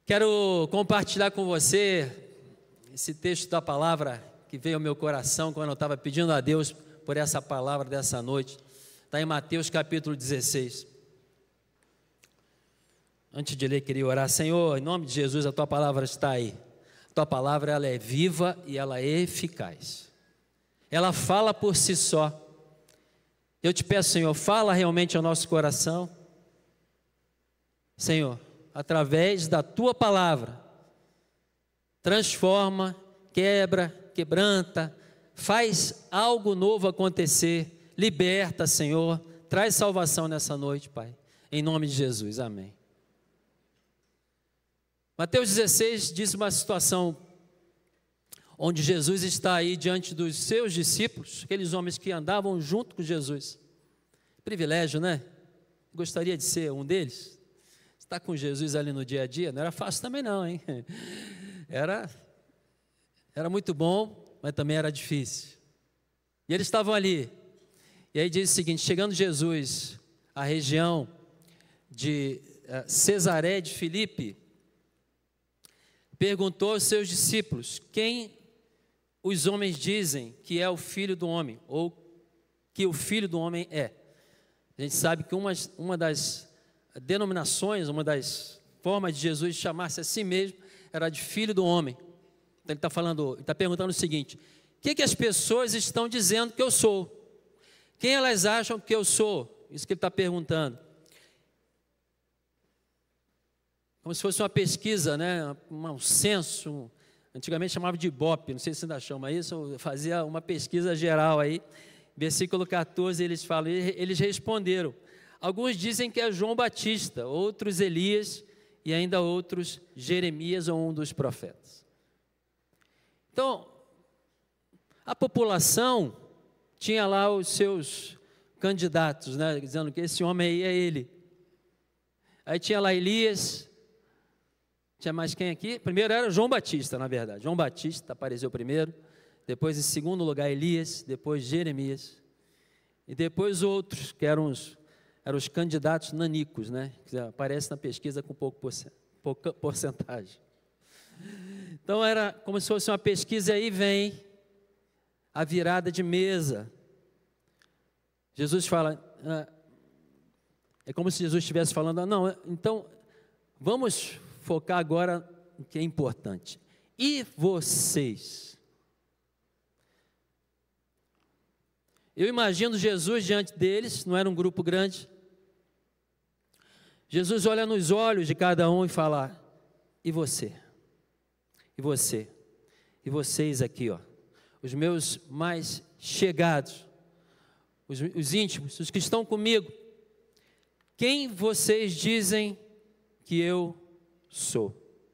Quero compartilhar com você esse texto da palavra que veio ao meu coração quando eu estava pedindo a Deus por essa palavra dessa noite. Está em Mateus capítulo 16. Antes de ler, queria orar. Senhor, em nome de Jesus, a Tua palavra está aí. A Tua palavra, ela é viva e ela é eficaz. Ela fala por si só. Eu te peço, Senhor, fala realmente ao nosso coração. Senhor, através da Tua palavra, transforma, quebra, quebranta, faz algo novo acontecer, liberta, Senhor, traz salvação nessa noite, Pai, em nome de Jesus, amém. Mateus 16 diz uma situação onde Jesus está aí diante dos seus discípulos, aqueles homens que andavam junto com Jesus. Privilégio, né? Gostaria de ser um deles. Estar com Jesus ali no dia a dia, não era fácil também não, hein? Era muito bom, mas também era difícil. E eles estavam ali. E aí diz o seguinte: chegando Jesus à região de Cesaré de Filipe, perguntou aos seus discípulos: quem os homens dizem que é o Filho do Homem, ou que o Filho do Homem é? A gente sabe que uma das denominações, uma das formas de Jesus chamar-se a si mesmo, era de Filho do Homem. Então ele está perguntando o seguinte: o que as pessoas estão dizendo que eu sou? Quem elas acham que eu sou? Isso que ele está perguntando. Como se fosse uma pesquisa, né? Um censo, antigamente chamava de Ibope, não sei se ainda chama isso, fazia uma pesquisa geral aí. Versículo 14, eles falam, eles responderam: alguns dizem que é João Batista, outros Elias e ainda outros Jeremias ou um dos profetas. Então, a população tinha lá os seus candidatos, né, dizendo que esse homem aí é ele. Aí tinha lá Elias, tinha mais quem aqui? Primeiro era João Batista, na verdade. João Batista apareceu primeiro, depois em segundo lugar Elias, depois Jeremias, e depois outros, que eram os candidatos nanicos, né? Que aparece na pesquisa com pouca porcentagem. Então era como se fosse uma pesquisa, e aí vem a virada de mesa. Jesus fala, é como se Jesus estivesse falando, não, então vamos focar agora no que é importante. E vocês? Eu imagino Jesus diante deles, não era um grupo grande. Jesus olha nos olhos de cada um e fala: e você? E você? E vocês aqui, ó, os meus mais chegados, os íntimos, os que estão comigo, quem vocês dizem que eu sou?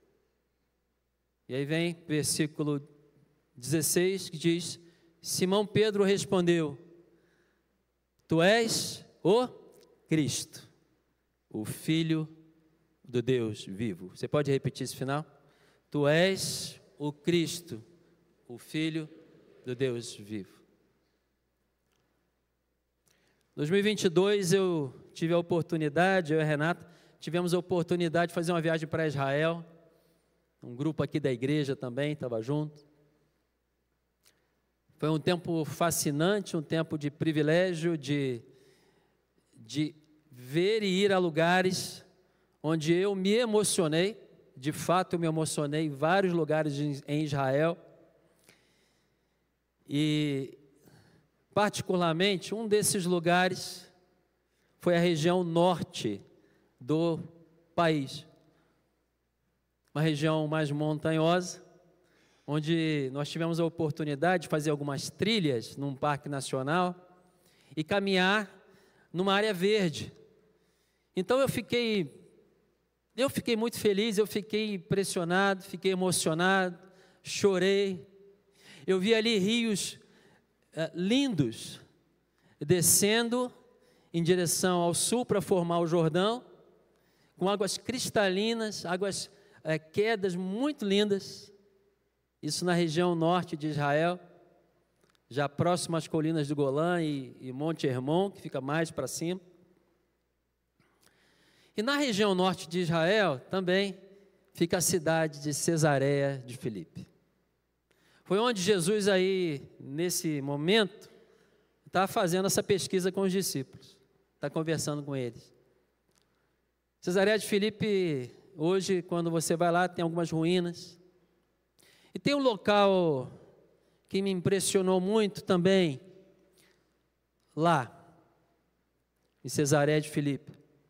E aí vem versículo 16 que diz: Simão Pedro respondeu: tu és o Cristo, o Filho do Deus vivo. Você pode repetir esse final? Tu és o Cristo, o Filho do Deus vivo. 2022 eu tive a oportunidade, eu e a Renata, tivemos a oportunidade de fazer uma viagem para Israel. Um grupo aqui da igreja também estava junto. Foi um tempo fascinante, um tempo de privilégio, de ver e ir a lugares onde eu me emocionei. De fato, eu me emocionei em vários lugares em Israel. E, particularmente, um desses lugares foi a região norte do país. Uma região mais montanhosa, onde nós tivemos a oportunidade de fazer algumas trilhas num parque nacional e caminhar numa área verde. Então eu fiquei muito feliz, eu fiquei impressionado, fiquei emocionado, chorei. Eu vi ali rios lindos descendo em direção ao sul para formar o Jordão, com águas cristalinas, quedas muito lindas. Isso na região norte de Israel, já próximo às colinas do Golã e Monte Hermon, que fica mais para cima. E na região norte de Israel também fica a cidade de Cesareia de Filipe. Foi onde Jesus aí, nesse momento, está fazendo essa pesquisa com os discípulos, está conversando com eles. Cesareia de Filipe, hoje, quando você vai lá, tem algumas ruínas. E tem um local que me impressionou muito também, lá, em Cesareia de Filipe.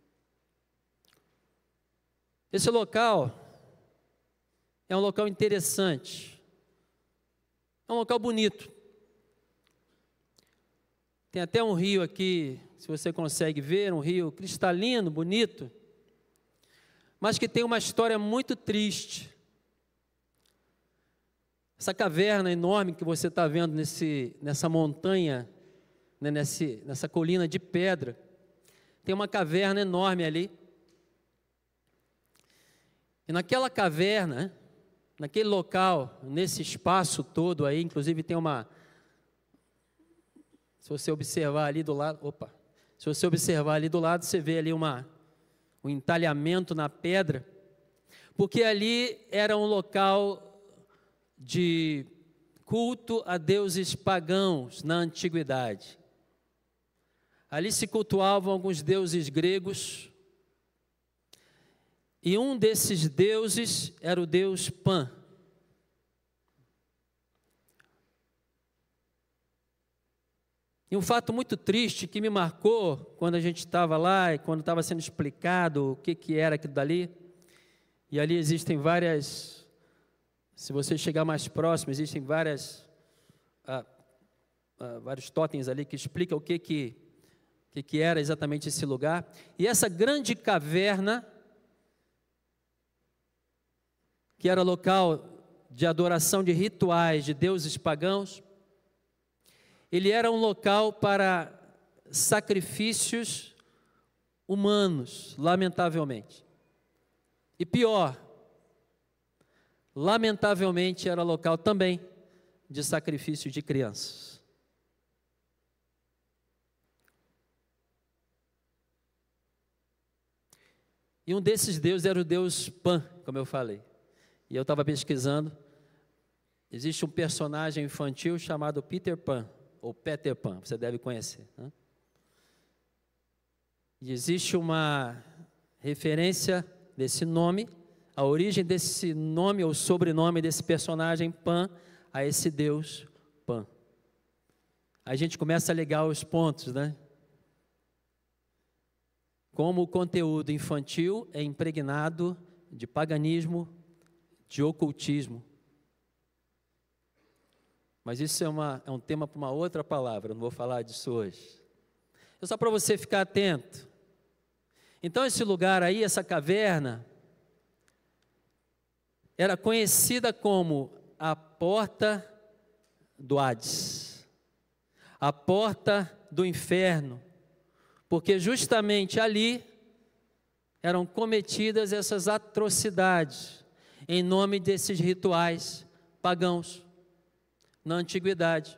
Esse local é um local interessante, é um local bonito. Tem até um rio aqui, se você consegue ver, um rio cristalino, bonito, mas que tem uma história muito triste. Essa caverna enorme que você está vendo nessa montanha, né, nessa colina de pedra, tem uma caverna enorme ali. E naquela caverna, naquele local, nesse espaço todo aí, inclusive tem se você observar ali do lado, você vê ali um entalhamento na pedra, porque ali era um local de culto a deuses pagãos na antiguidade. Ali se cultuavam alguns deuses gregos, e um desses deuses era o deus Pan. E um fato muito triste que me marcou quando a gente estava lá e quando estava sendo explicado o que era aquilo dali, e ali existem várias, se você chegar mais próximo, existem vários totens ali que explicam o que era exatamente esse lugar. E essa grande caverna, que era local de adoração de rituais de deuses pagãos, ele era um local para sacrifícios humanos, lamentavelmente. E pior, lamentavelmente era local também de sacrifício de crianças. E um desses deuses era o deus Pan, como eu falei. E eu estava pesquisando, existe um personagem infantil chamado Peter Pan, ou Peter Pan, você deve conhecer, né? E existe uma referência desse nome, a origem desse nome ou sobrenome desse personagem Pan, a esse deus Pan. Aí a gente começa a ligar os pontos, né? Como o conteúdo infantil é impregnado de paganismo, de ocultismo. Mas isso é um tema para uma outra palavra, eu não vou falar disso hoje. É só para você ficar atento. Então esse lugar aí, essa caverna, era conhecida como a porta do Hades, a porta do inferno, porque justamente ali eram cometidas essas atrocidades em nome desses rituais pagãos na antiguidade.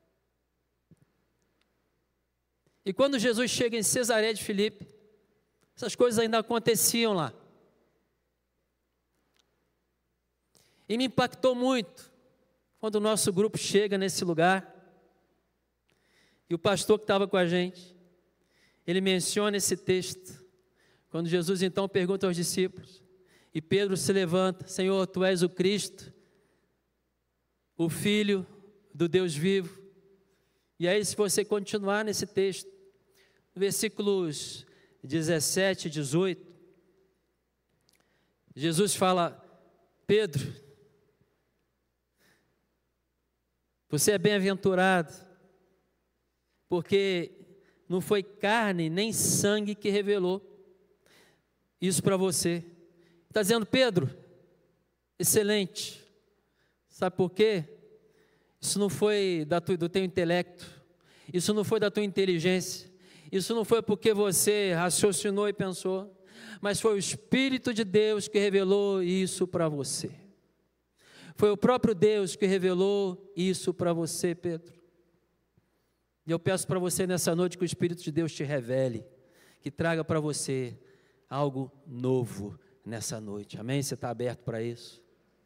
E quando Jesus chega em Cesareia de Filipe, essas coisas ainda aconteciam lá. E me impactou muito quando o nosso grupo chega nesse lugar e o pastor que estava com a gente, ele menciona esse texto, quando Jesus então pergunta aos discípulos, e Pedro se levanta: Senhor, Tu és o Cristo, o Filho do Deus vivo. E aí, se você continuar nesse texto, versículos 17 e 18, Jesus fala: Pedro, você é bem-aventurado, porque não foi carne nem sangue que revelou isso para você. Está dizendo: Pedro, excelente. Sabe por quê? Isso não foi do teu intelecto, isso não foi da tua inteligência, isso não foi porque você raciocinou e pensou, mas foi o Espírito de Deus que revelou isso para você. Foi o próprio Deus que revelou isso para você, Pedro. E eu peço para você nessa noite que o Espírito de Deus te revele, que traga para você algo novo nessa noite. Amém? Você está aberto para isso?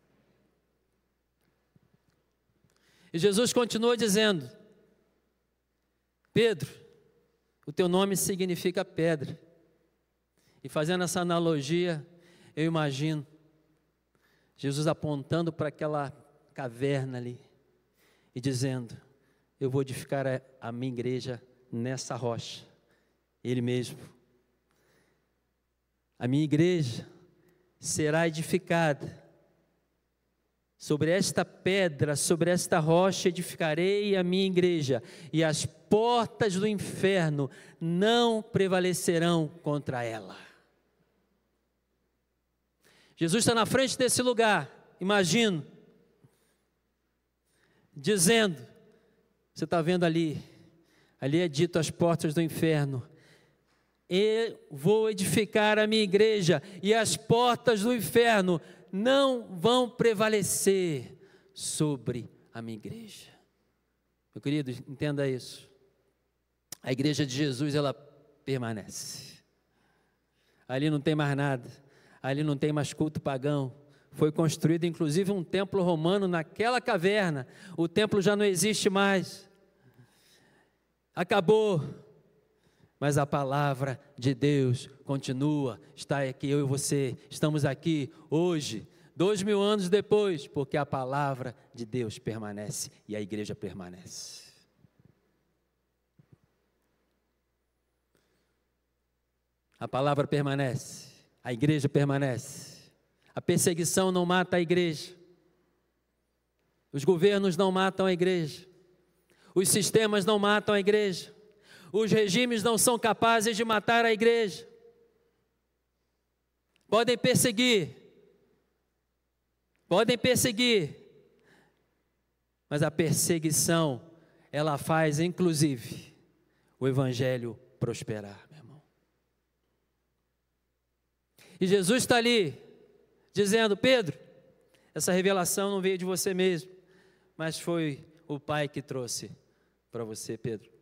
E Jesus continua dizendo: Pedro, o teu nome significa pedra. E fazendo essa analogia, eu imagino Jesus apontando para aquela caverna ali e dizendo: eu vou edificar a minha igreja nessa rocha. Ele mesmo. A minha igreja será edificada sobre esta pedra, sobre esta rocha edificarei a minha igreja, e as portas do inferno não prevalecerão contra ela. Jesus está na frente desse lugar, imagino, dizendo, você está vendo ali é dito as portas do inferno, eu vou edificar a minha igreja, e as portas do inferno não vão prevalecer sobre a minha igreja. Meu querido, entenda isso. A igreja de Jesus, ela permanece. Ali não tem mais nada. Ali não tem mais culto pagão. Foi construído inclusive um templo romano naquela caverna. O templo já não existe mais. Acabou. Mas a palavra de Deus continua, está aqui, eu e você, estamos aqui hoje, 2000 anos depois, porque a palavra de Deus permanece e a igreja permanece. A palavra permanece, a igreja permanece, a perseguição não mata a igreja, os governos não matam a igreja, os sistemas não matam a igreja, os regimes não são capazes de matar a igreja. Podem perseguir, mas a perseguição, ela faz inclusive o evangelho prosperar, meu irmão. E Jesus está ali, dizendo: Pedro, essa revelação não veio de você mesmo, mas foi o Pai que trouxe para você, Pedro.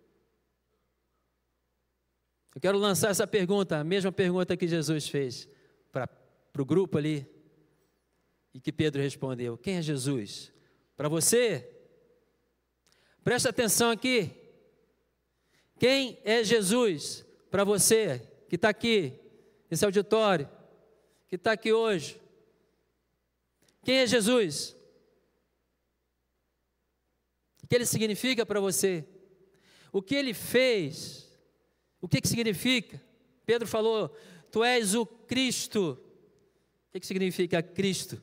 Eu quero lançar essa pergunta, a mesma pergunta que Jesus fez para o grupo ali, e que Pedro respondeu: quem é Jesus? Para você? Presta atenção aqui. Quem é Jesus para você que está aqui, nesse auditório, que está aqui hoje? Quem é Jesus? O que ele significa para você? O que ele fez? O que significa? Pedro falou: tu és o Cristo. O que significa Cristo?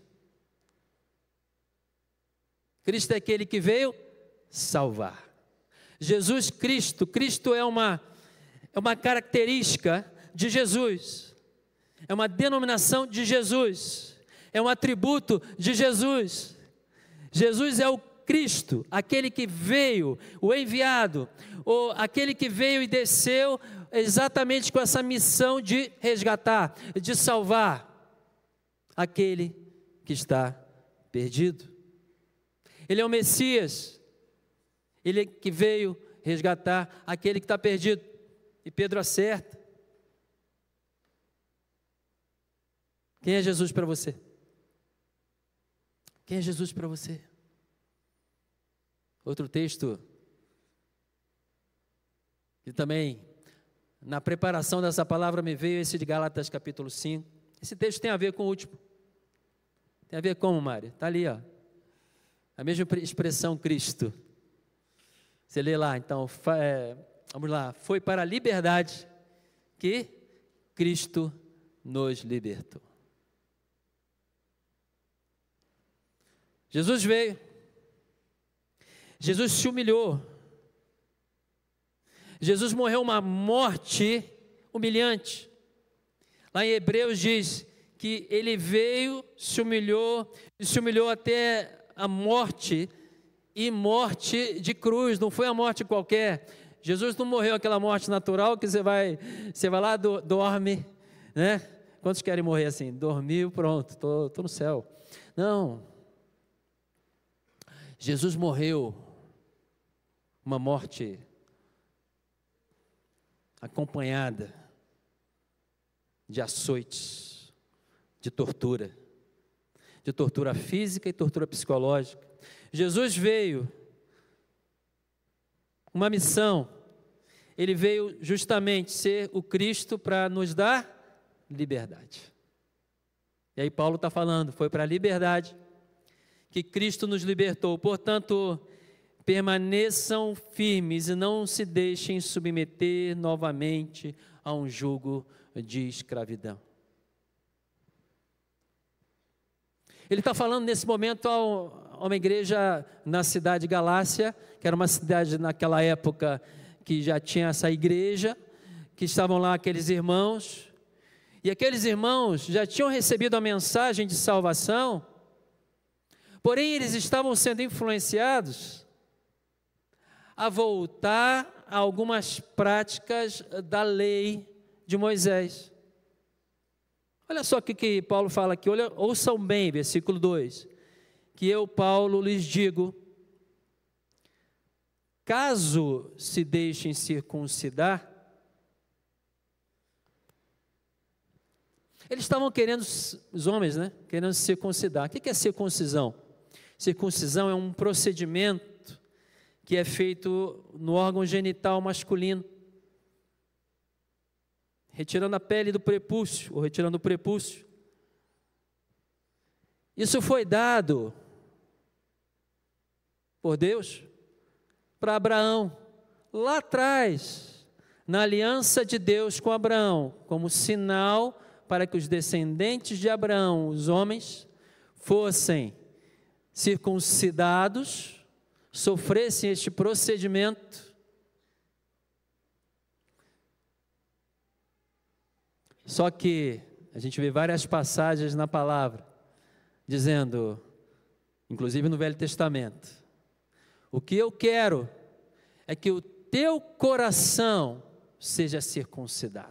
Cristo é aquele que veio salvar. Jesus Cristo, Cristo é uma característica de Jesus, é uma denominação de Jesus, é um atributo de Jesus. Jesus é o Cristo, aquele que veio, o enviado, ou aquele que veio e desceu exatamente com essa missão de resgatar, de salvar aquele que está perdido. Ele é o Messias, ele que veio resgatar aquele que está perdido. E Pedro acerta. Quem é Jesus para você? Quem é Jesus para você? Outro texto, que também, na preparação dessa palavra, me veio esse de Gálatas capítulo 5. Esse texto tem a ver com o último. Tem a ver como, Mário? Está ali, ó. A mesma expressão Cristo. Você lê lá, então, vamos lá. Foi para a liberdade que Cristo nos libertou. Jesus veio. Jesus se humilhou. Jesus morreu uma morte humilhante. Lá em Hebreus diz que ele veio, se humilhou até a morte, e morte de cruz, não foi a morte qualquer. Jesus não morreu aquela morte natural que você vai lá, dorme, né? Quantos querem morrer assim? Dormiu, pronto, tô no céu. Não. Jesus morreu uma morte acompanhada de açoites, de tortura física e tortura psicológica. Jesus veio, uma missão, ele veio justamente ser o Cristo para nos dar liberdade. E aí Paulo está falando, foi para a liberdade que Cristo nos libertou. Portanto, permaneçam firmes e não se deixem submeter novamente a um jugo de escravidão. Ele está falando nesse momento a uma igreja na cidade de Galácia, que era uma cidade naquela época que já tinha essa igreja, que estavam lá aqueles irmãos, e aqueles irmãos já tinham recebido a mensagem de salvação, porém eles estavam sendo influenciados a voltar a algumas práticas da lei de Moisés. Olha só o que Paulo fala aqui, ouçam bem, versículo 2, que eu, Paulo, lhes digo, caso se deixem circuncidar, eles estavam querendo, os homens, né, querendo circuncidar. O que é circuncisão? Circuncisão é um procedimento que é feito no órgão genital masculino, retirando a pele do prepúcio, ou retirando o prepúcio. Isso foi dado por Deus para Abraão, lá atrás, na aliança de Deus com Abraão, como sinal para que os descendentes de Abraão, os homens, fossem circuncidados, sofressem este procedimento. Só que a gente vê várias passagens na palavra, dizendo, inclusive no Velho Testamento, o que eu quero é que o teu coração seja circuncidado.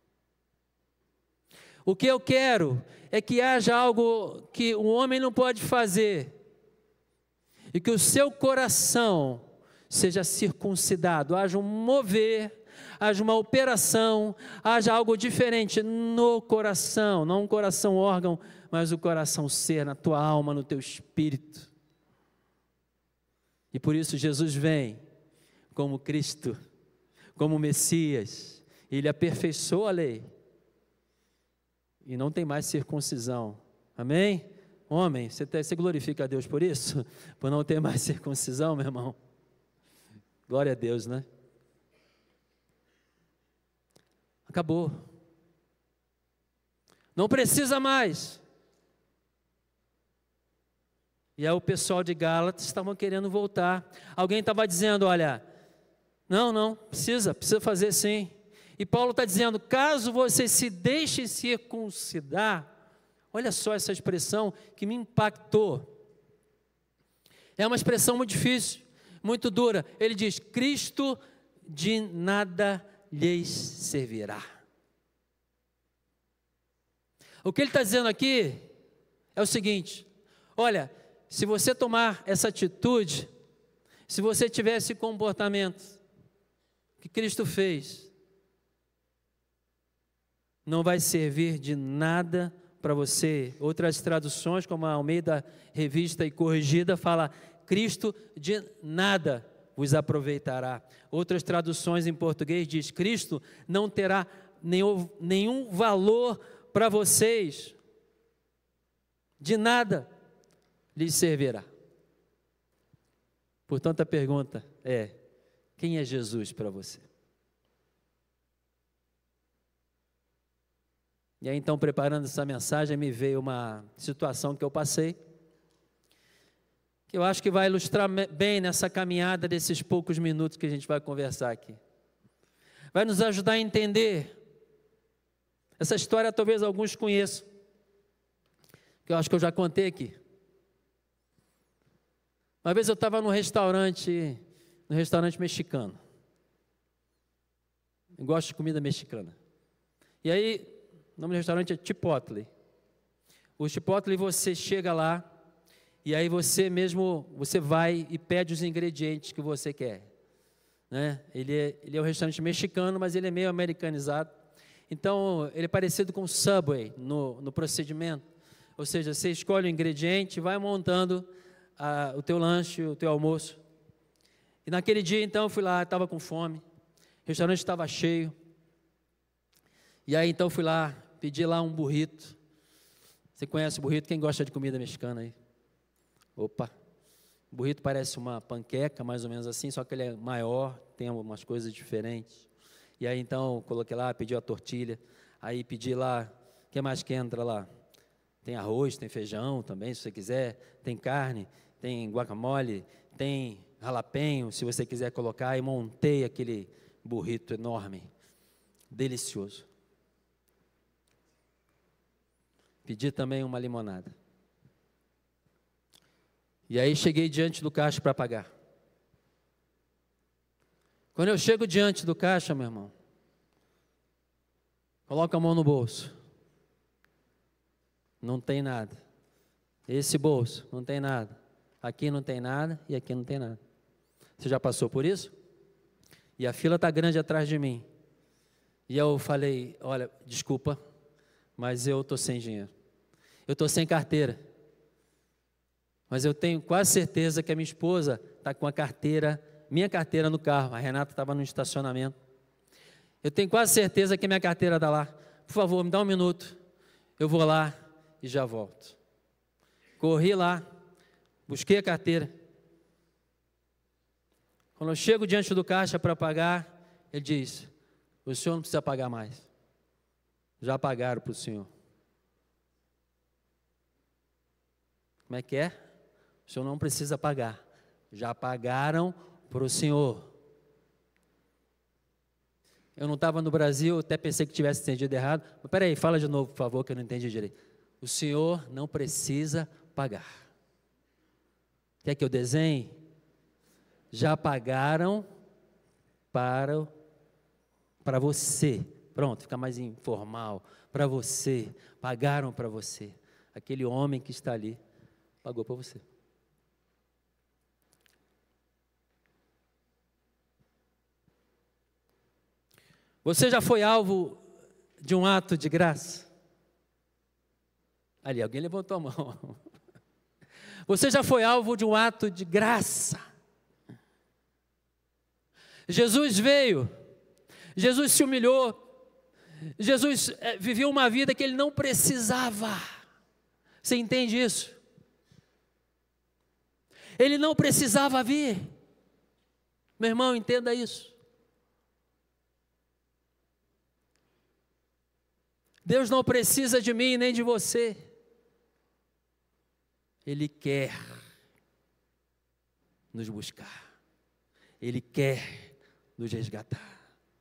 O que eu quero é que haja algo que o homem não pode fazer, e que o seu coração seja circuncidado, haja um mover, haja uma operação, haja algo diferente no coração, não um coração órgão, mas o coração ser, na tua alma, no teu espírito. E por isso Jesus vem como Cristo, como Messias, ele aperfeiçoa a lei, e não tem mais circuncisão, amém? Homem, você glorifica a Deus por isso? Por não ter mais circuncisão, meu irmão? Glória a Deus, né? Acabou. Não precisa mais. E aí o pessoal de Gálatas estavam querendo voltar. Alguém estava dizendo, olha, não, precisa fazer sim. E Paulo está dizendo, caso você se deixe circuncidar, olha só essa expressão que me impactou. É uma expressão muito difícil, muito dura. Ele diz, Cristo de nada lhes servirá. O que ele está dizendo aqui é o seguinte, olha, se você tomar essa atitude, se você tiver esse comportamento que Cristo fez, não vai servir de nada para você. Outras traduções, como a Almeida Revista e Corrigida, fala, Cristo de nada vos aproveitará. Outras traduções em português diz, Cristo não terá nenhum valor para vocês, de nada lhes servirá. Portanto, a pergunta é, quem é Jesus para você? E aí, então, preparando essa mensagem, me veio uma situação que eu passei, que eu acho que vai ilustrar bem nessa caminhada desses poucos minutos que a gente vai conversar aqui. Vai nos ajudar a entender. Essa história talvez alguns conheçam, que eu acho que eu já contei aqui. Uma vez eu estava num restaurante mexicano. Eu gosto de comida mexicana. E aí, o nome do restaurante é Chipotle. O Chipotle, você chega lá, e aí você vai e pede os ingredientes que você quer. Né? Ele é um restaurante mexicano, mas ele é meio americanizado. Então, ele é parecido com o Subway no procedimento. Ou seja, você escolhe o ingrediente, vai montando o teu lanche, o teu almoço. E naquele dia, então, eu fui lá, estava com fome. O restaurante estava cheio. E aí, então, fui lá, pedi lá um burrito. Você conhece o burrito? Quem gosta de comida mexicana aí? Opa! O burrito parece uma panqueca, mais ou menos assim, só que ele é maior, tem algumas coisas diferentes. E aí, então, coloquei lá, pedi a tortilha. Aí, pedi lá, o que mais que entra lá? Tem arroz, tem feijão também, se você quiser. Tem carne, tem guacamole, tem jalapeño, se você quiser colocar. E montei aquele burrito enorme, delicioso. Pedi também uma limonada. E aí cheguei diante do caixa para pagar. Quando eu chego diante do caixa, meu irmão, coloco a mão no bolso. Não tem nada. Esse bolso, não tem nada. Aqui não tem nada e aqui não tem nada. Você já passou por isso? E a fila está grande atrás de mim. E eu falei, olha, desculpa, mas eu estou sem dinheiro. Eu estou sem carteira. Mas eu tenho quase certeza que a minha esposa está com a carteira, minha carteira no carro. A Renata estava no estacionamento. Eu tenho quase certeza que a minha carteira está lá. Por favor, me dá um minuto. Eu vou lá e já volto. Corri lá, busquei a carteira. Quando eu chego diante do caixa para pagar, ele diz, o senhor não precisa pagar mais. Já pagaram para o senhor. Como é que é? O senhor não precisa pagar. Já pagaram para o senhor. Eu não estava no Brasil, eu até pensei que tivesse entendido errado. Mas peraí, fala de novo, por favor, que eu não entendi direito. O senhor não precisa pagar. Quer que eu desenhe? Já pagaram para você. Pronto, fica mais informal. Para você. Pagaram para você. Aquele homem que está ali pagou para você. Você já foi alvo de um ato de graça? Ali, alguém levantou a mão. Você já foi alvo de um ato de graça? Jesus veio, Jesus se humilhou, Jesus viveu uma vida que ele não precisava. Você entende isso? Ele não precisava vir. Meu irmão, entenda isso. Deus não precisa de mim nem de você. Ele quer nos buscar. Ele quer nos resgatar.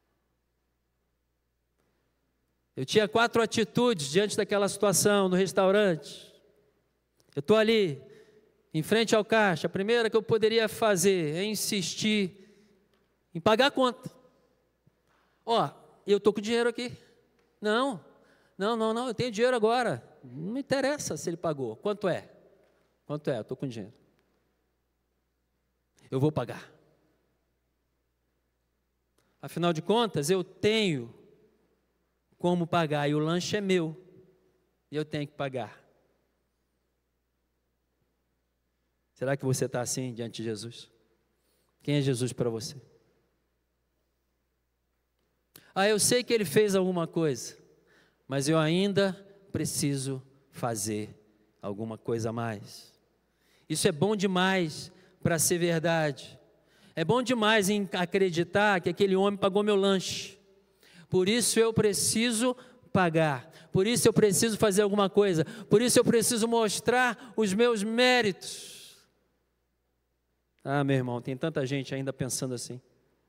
Eu tinha 4 atitudes diante daquela situação no restaurante. Eu estou ali, em frente ao caixa. A primeira que eu poderia fazer é insistir em pagar a conta. Ó, eu estou com dinheiro aqui. Não, eu tenho dinheiro agora. Não me interessa se ele pagou. Quanto é? Quanto é? Eu estou com dinheiro. Eu vou pagar. Afinal de contas, eu tenho como pagar. E o lanche é meu. E eu tenho que pagar. Será que você está assim diante de Jesus? Quem é Jesus para você? Eu sei que ele fez alguma coisa, mas eu ainda preciso fazer alguma coisa a mais. Isso é bom demais para ser verdade. É bom demais em acreditar que aquele homem pagou meu lanche. Por isso eu preciso pagar. Por isso eu preciso fazer alguma coisa. Por isso eu preciso mostrar os meus méritos. Meu irmão, tem tanta gente ainda pensando assim.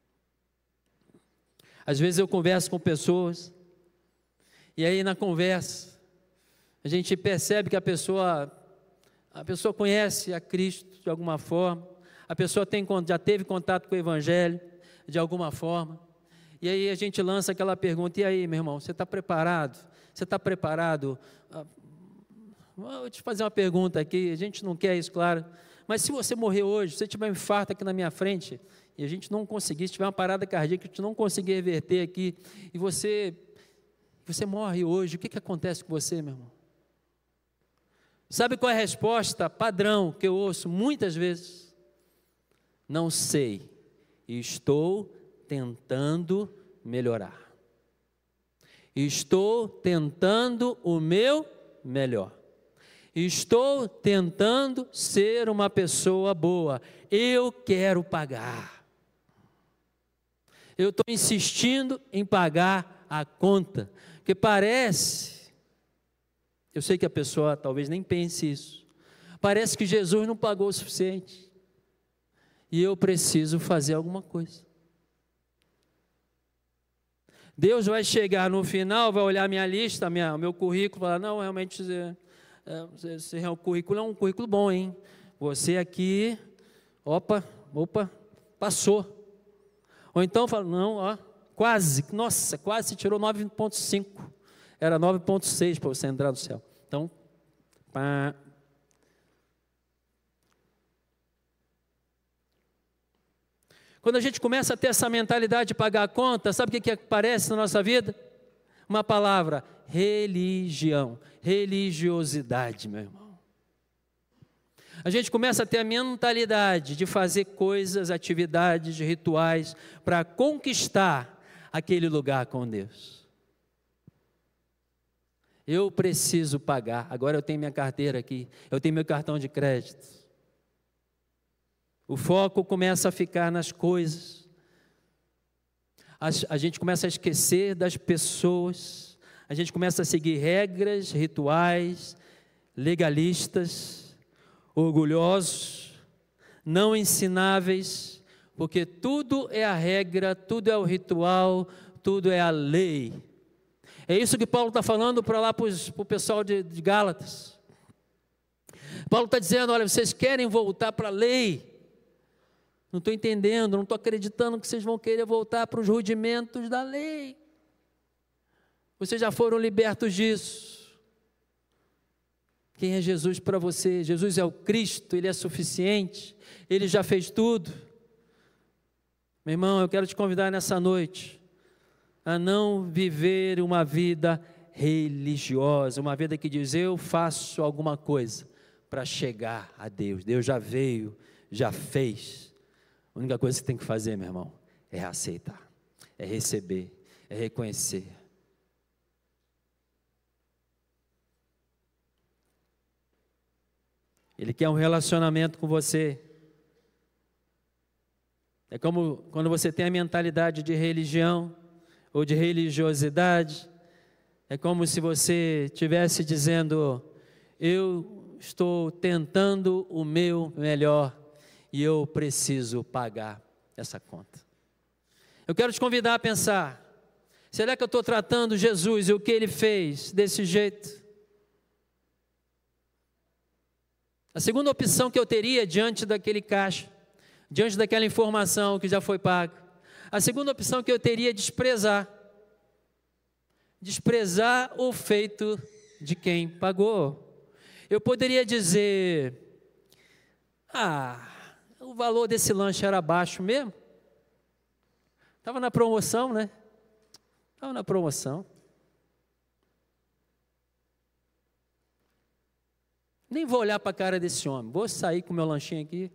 Às vezes eu converso com pessoas, e aí na conversa, a gente percebe que a pessoa conhece a Cristo de alguma forma, a pessoa já teve contato com o Evangelho de alguma forma, e aí a gente lança aquela pergunta, e aí, meu irmão, você está preparado? Você está preparado? Vou te fazer uma pergunta aqui, a gente não quer isso, claro, mas se você morrer hoje, se você tiver um infarto aqui na minha frente, e a gente não conseguir, se tiver uma parada cardíaca, a gente não conseguir reverter aqui, e você Você morre hoje, o que acontece com você, meu irmão? Sabe qual é a resposta padrão que eu ouço muitas vezes? Não sei, estou tentando melhorar. Estou tentando o meu melhor. Estou tentando ser uma pessoa boa. Eu quero pagar. Eu estou insistindo em pagar a conta, porque parece, eu sei que a pessoa talvez nem pense isso, parece que Jesus não pagou o suficiente, e eu preciso fazer alguma coisa. Deus vai chegar no final, vai olhar minha lista, meu currículo, falar, não, realmente, esse currículo é um currículo bom, hein? Você aqui, opa, passou. Ou então fala, não, ó, quase tirou 9,5. Era 9,6 para você entrar no céu. Então, pá. Quando a gente começa a ter essa mentalidade de pagar a conta, sabe o que aparece na nossa vida? Uma palavra, religião, religiosidade, meu irmão. A gente começa a ter a mentalidade de fazer coisas, atividades, rituais, para conquistar aquele lugar com Deus. Eu preciso pagar, agora eu tenho minha carteira aqui, eu tenho meu cartão de crédito. O foco começa a ficar nas coisas, a gente começa a esquecer das pessoas, a gente começa a seguir regras, rituais, legalistas, orgulhosos, não ensináveis, porque tudo é a regra, tudo é o ritual, tudo é a lei. É isso que Paulo está falando para lá para o pessoal de Gálatas. Paulo está dizendo, olha, vocês querem voltar para a lei, não estou entendendo, não estou acreditando que vocês vão querer voltar para os rudimentos da lei. Vocês já foram libertos disso. Quem é Jesus para você? Jesus é o Cristo, Ele é suficiente, Ele já fez tudo. Meu irmão, eu quero te convidar nessa noite a não viver uma vida religiosa, uma vida que diz, eu faço alguma coisa para chegar a Deus. Deus já veio, já fez. A única coisa que você tem que fazer, meu irmão, é aceitar, é receber, é reconhecer. Ele quer um relacionamento com você. É como quando você tem a mentalidade de religião ou de religiosidade, é como se você estivesse dizendo, eu estou tentando o meu melhor e eu preciso pagar essa conta. Eu quero te convidar a pensar, será que eu estou tratando Jesus e o que Ele fez desse jeito? A segunda opção que eu teria diante daquele caixa, diante daquela informação que já foi paga, a segunda opção que eu teria é desprezar o feito de quem pagou. Eu poderia dizer, o valor desse lanche era baixo mesmo, estava na promoção, né? Estava na promoção. Nem vou olhar para a cara desse homem, vou sair com o meu lanchinho aqui.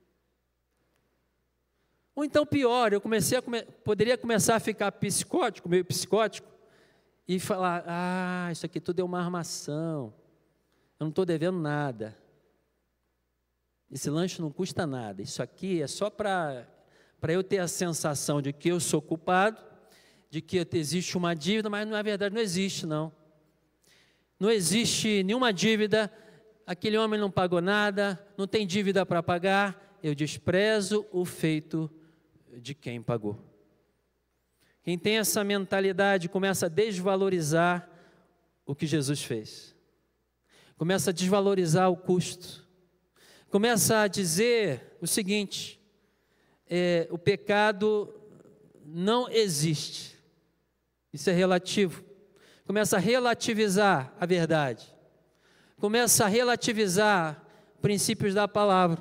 Ou então pior, eu poderia começar a ficar psicótico, meio psicótico, e falar, isso aqui tudo é uma armação, eu não estou devendo nada, esse lanche não custa nada, isso aqui é só para eu ter a sensação de que eu sou culpado, de que existe uma dívida, mas na verdade não existe não existe nenhuma dívida. Aquele homem não pagou nada, não tem dívida para pagar, eu desprezo o feito de quem pagou. Quem tem essa mentalidade começa a desvalorizar o que Jesus fez, começa a desvalorizar o custo, começa a dizer o seguinte, o pecado não existe, isso é relativo, começa a relativizar a verdade, começa a relativizar princípios da palavra.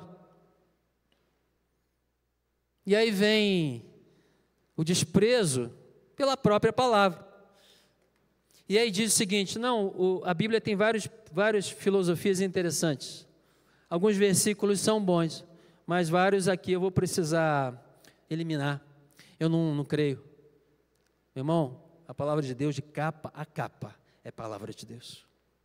E aí vem o desprezo pela própria palavra. E aí diz o seguinte, não, a Bíblia tem várias filosofias interessantes. Alguns versículos são bons, mas vários aqui eu vou precisar eliminar. Eu não creio. Meu irmão, a palavra de Deus de capa a capa é palavra de Deus.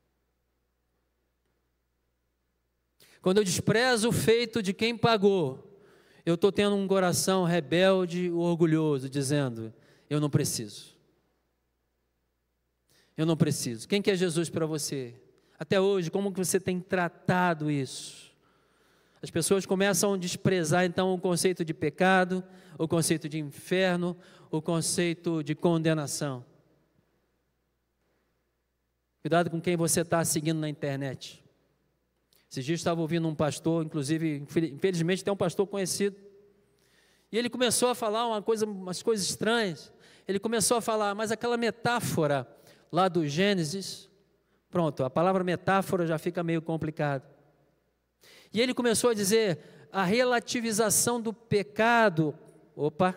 Quando eu desprezo o feito de quem pagou, eu estou tendo um coração rebelde e orgulhoso, dizendo, eu não preciso. Eu não preciso. Quem que é Jesus para você? Até hoje, como que você tem tratado isso? As pessoas começam a desprezar então o conceito de pecado, o conceito de inferno, o conceito de condenação. Cuidado com quem você está seguindo na internet. Esses dias eu estava ouvindo um pastor, inclusive, infelizmente tem um pastor conhecido, e ele começou a falar umas coisas estranhas. Ele começou a falar, mas aquela metáfora lá do Gênesis, pronto, a palavra metáfora já fica meio complicado. E ele começou a dizer, a relativização do pecado, opa,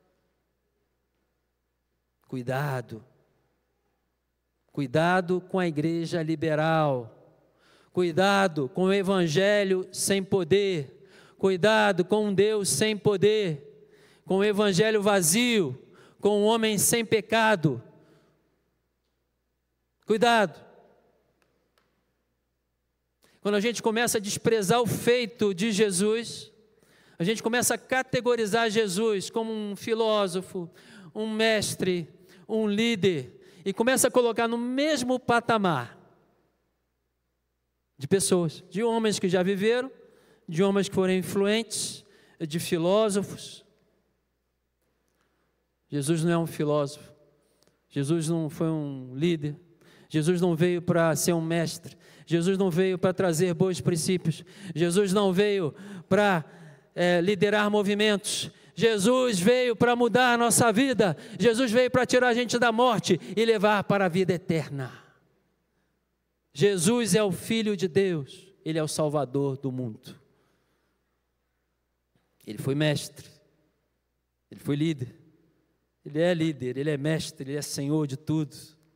cuidado com a igreja liberal, cuidado com o evangelho sem poder, cuidado com um Deus sem poder, com o evangelho vazio, com um homem sem pecado, cuidado. Quando a gente começa a desprezar o feito de Jesus, a gente começa a categorizar Jesus como um filósofo, um mestre, um líder, e começa a colocar no mesmo patamar de pessoas, de homens que já viveram, de homens que foram influentes, de filósofos. Jesus não é um filósofo, Jesus não foi um líder, Jesus não veio para ser um mestre, Jesus não veio para trazer bons princípios, Jesus não veio para liderar movimentos, Jesus veio para mudar a nossa vida, Jesus veio para tirar a gente da morte e levar para a vida eterna. Jesus é o Filho de Deus, Ele é o Salvador do mundo. Ele foi mestre, Ele foi líder, Ele é líder, Ele é mestre, Ele é Senhor de tudo.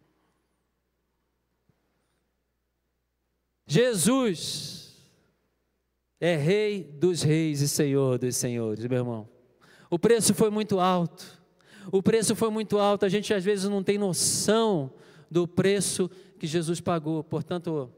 Jesus é Rei dos reis e Senhor dos senhores, meu irmão. O preço foi muito alto, a gente às vezes não tem noção do preço que Jesus pagou. Portanto,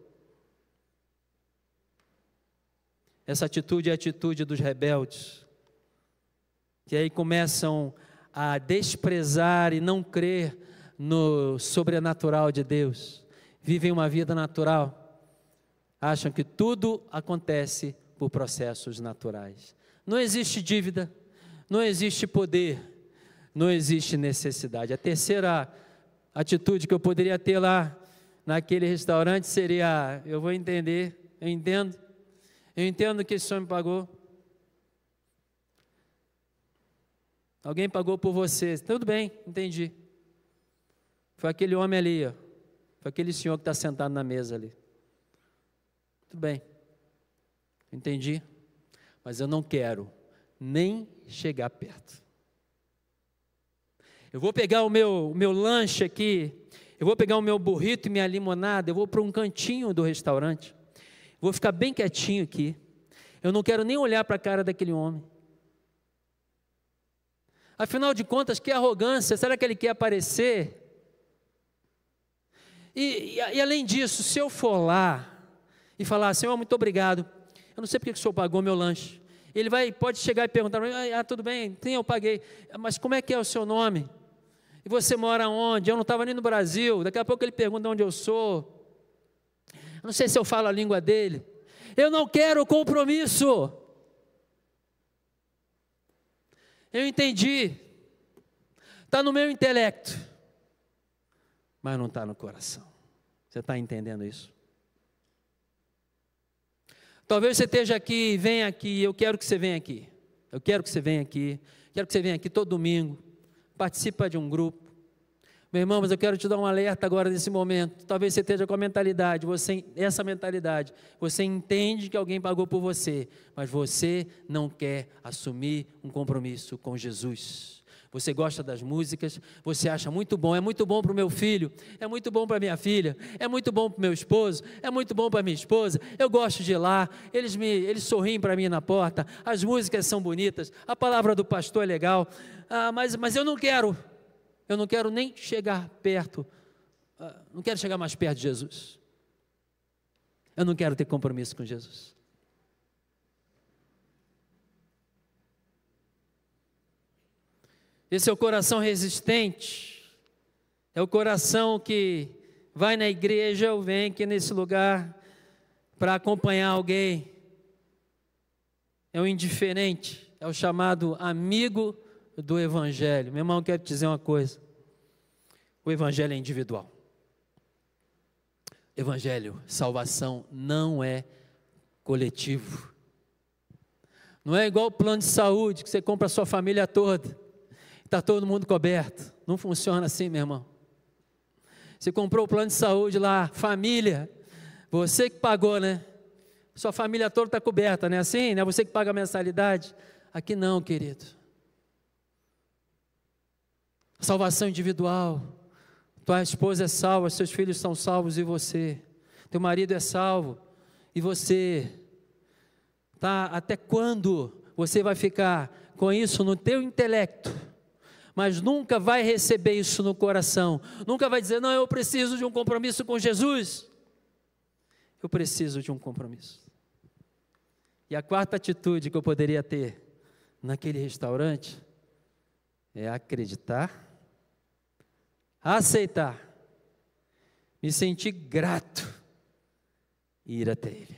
essa atitude é a atitude dos rebeldes, que aí começam a desprezar e não crer no sobrenatural de Deus, vivem uma vida natural, acham que tudo acontece por processos naturais. Não existe dívida, não existe poder, não existe necessidade. A terceira atitude que eu poderia ter lá naquele restaurante seria, eu vou entender, eu entendo que esse homem pagou. Alguém pagou por você, tudo bem, entendi. Foi aquele homem ali, ó. Foi aquele senhor que está sentado na mesa ali. Tudo bem, entendi, mas eu não quero nem chegar perto. Eu vou pegar o meu lanche aqui, eu vou pegar o meu burrito e minha limonada, eu vou para um cantinho do restaurante, vou ficar bem quietinho aqui, eu não quero nem olhar para a cara daquele homem. Afinal de contas, que arrogância, será que ele quer aparecer? E além disso, se eu for lá e falar, Senhor, muito obrigado, eu não sei porque que o Senhor pagou meu lanche. Ele pode chegar e perguntar, tudo bem, sim, eu paguei, mas como é que é o seu nome? E você mora onde? Eu não estava nem no Brasil, daqui a pouco ele pergunta onde eu sou, eu não sei se eu falo a língua dele, eu não quero compromisso, eu entendi, está no meu intelecto, mas não está no coração. Você está entendendo isso? Talvez você esteja aqui, venha aqui, eu quero que você venha aqui. Eu quero que você venha aqui, quero que você venha aqui todo domingo, participa de um grupo. Meu irmão, mas eu quero te dar um alerta agora nesse momento. Talvez você esteja com a mentalidade, essa mentalidade, você entende que alguém pagou por você, mas você não quer assumir um compromisso com Jesus. Você gosta das músicas, você acha muito bom, é muito bom para o meu filho, é muito bom para a minha filha, é muito bom para o meu esposo, é muito bom para a minha esposa, eu gosto de ir lá, eles sorriem para mim na porta, as músicas são bonitas, a palavra do pastor é legal, mas eu não quero nem chegar perto, não quero chegar mais perto de Jesus, eu não quero ter compromisso com Jesus. Esse é o coração resistente, é o coração que vai na igreja ou vem aqui nesse lugar para acompanhar alguém. É o indiferente, é o chamado amigo do Evangelho. Meu irmão, eu quero te dizer uma coisa, o Evangelho é individual. Evangelho, salvação não é coletivo. Não é igual o plano de saúde, que você compra a sua família toda. Está todo mundo coberto. Não funciona assim, meu irmão. Você comprou o plano de saúde lá, família, você que pagou, né? Sua família toda está coberta, não é assim? Não é você que paga a mensalidade? Aqui não, querido. Salvação individual. Tua esposa é salva, seus filhos são salvos e você. Teu marido é salvo e você. Tá? Até quando você vai ficar com isso no teu intelecto? Mas nunca vai receber isso no coração, nunca vai dizer, não, eu preciso de um compromisso com Jesus, eu preciso de um compromisso. E a quarta atitude que eu poderia ter naquele restaurante, é acreditar, aceitar, me sentir grato e ir até Ele.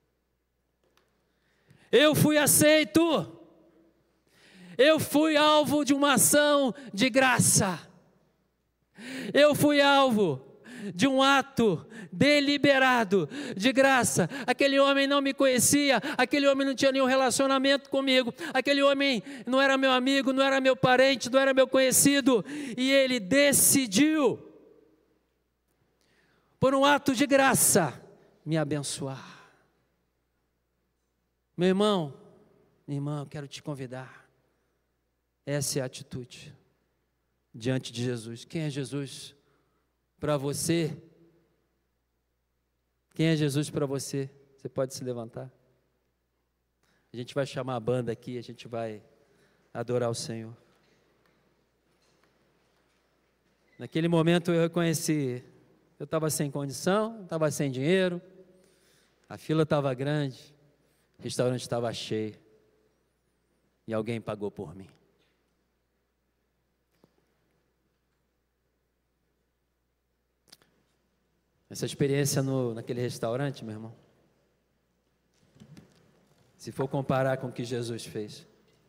Eu fui aceito. Eu fui alvo de uma ação de graça. Eu fui alvo de um ato deliberado de graça. Aquele homem não me conhecia, aquele homem não tinha nenhum relacionamento comigo, aquele homem não era meu amigo, não era meu parente, não era meu conhecido, e ele decidiu, por um ato de graça, me abençoar. Meu irmão, minha irmã, eu quero te convidar. Essa é a atitude diante de Jesus. Quem é Jesus para você? Quem é Jesus para você? Você pode se levantar. A gente vai chamar a banda aqui, a gente vai adorar o Senhor. Naquele momento eu reconheci, eu estava sem condição, estava sem dinheiro, a fila estava grande, o restaurante estava cheio, e alguém pagou por mim. Essa experiência naquele restaurante, meu irmão, se for comparar com o que Jesus fez,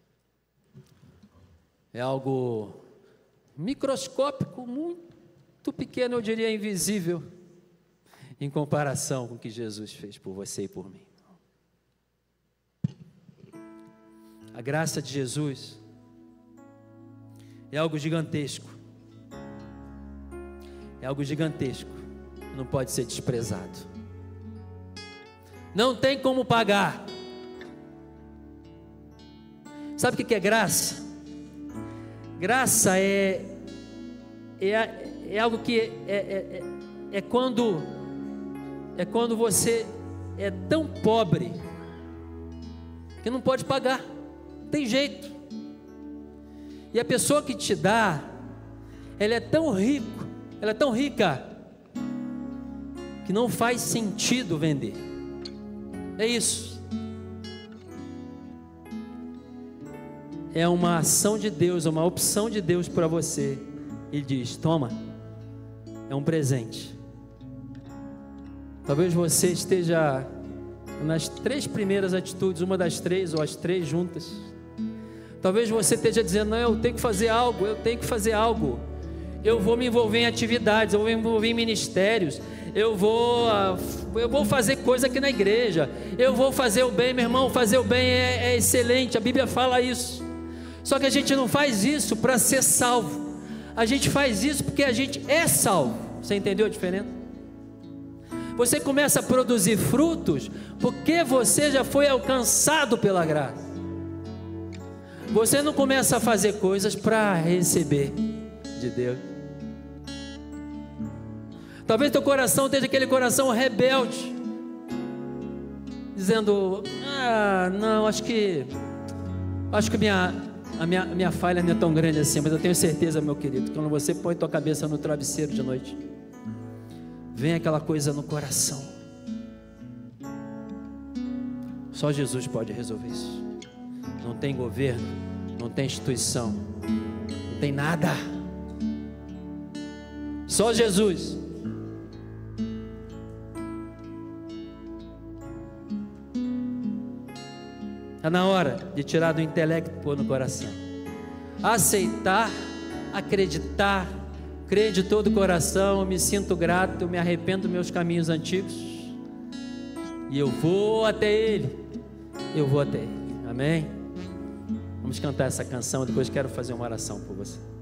é algo microscópico, muito pequeno, eu diria invisível, em comparação com o que Jesus fez por você e por mim. A graça de Jesus é algo gigantesco, não pode ser desprezado, não tem como pagar. Sabe o que é graça? Graça é algo que é quando você é tão pobre que não pode pagar, não tem jeito, e a pessoa que te dá, ela é tão rica, que não faz sentido vender. É isso. É uma ação de Deus, uma opção de Deus para você. Ele diz, toma, é um presente. Talvez você esteja nas 3 primeiras atitudes, uma das 3 ou as 3 juntas. Talvez você esteja dizendo, não, eu tenho que fazer algo, eu vou me envolver em atividades, eu vou me envolver em ministérios, eu vou fazer coisa aqui na igreja, eu vou fazer o bem. Meu irmão, fazer o bem é excelente, a Bíblia fala isso, só que a gente não faz isso para ser salvo, a gente faz isso porque a gente é salvo. Você entendeu a diferença? Você começa a produzir frutos porque você já foi alcançado pela graça. Você não começa a fazer coisas para receber de Deus. Talvez teu coração esteja aquele coração rebelde, dizendo: não, acho que a minha falha não é tão grande assim. Mas eu tenho certeza, meu querido, que quando você põe tua cabeça no travesseiro de noite, vem aquela coisa no coração. Só Jesus pode resolver isso. Não tem governo, não tem instituição, não tem nada. Só Jesus. Está na hora de tirar do intelecto e pôr no coração. Aceitar, acreditar, crer de todo o coração. Eu me sinto grato, eu me arrependo dos meus caminhos antigos e eu vou até Ele. Eu vou até Ele. Amém? Vamos cantar essa canção. Depois quero fazer uma oração por você.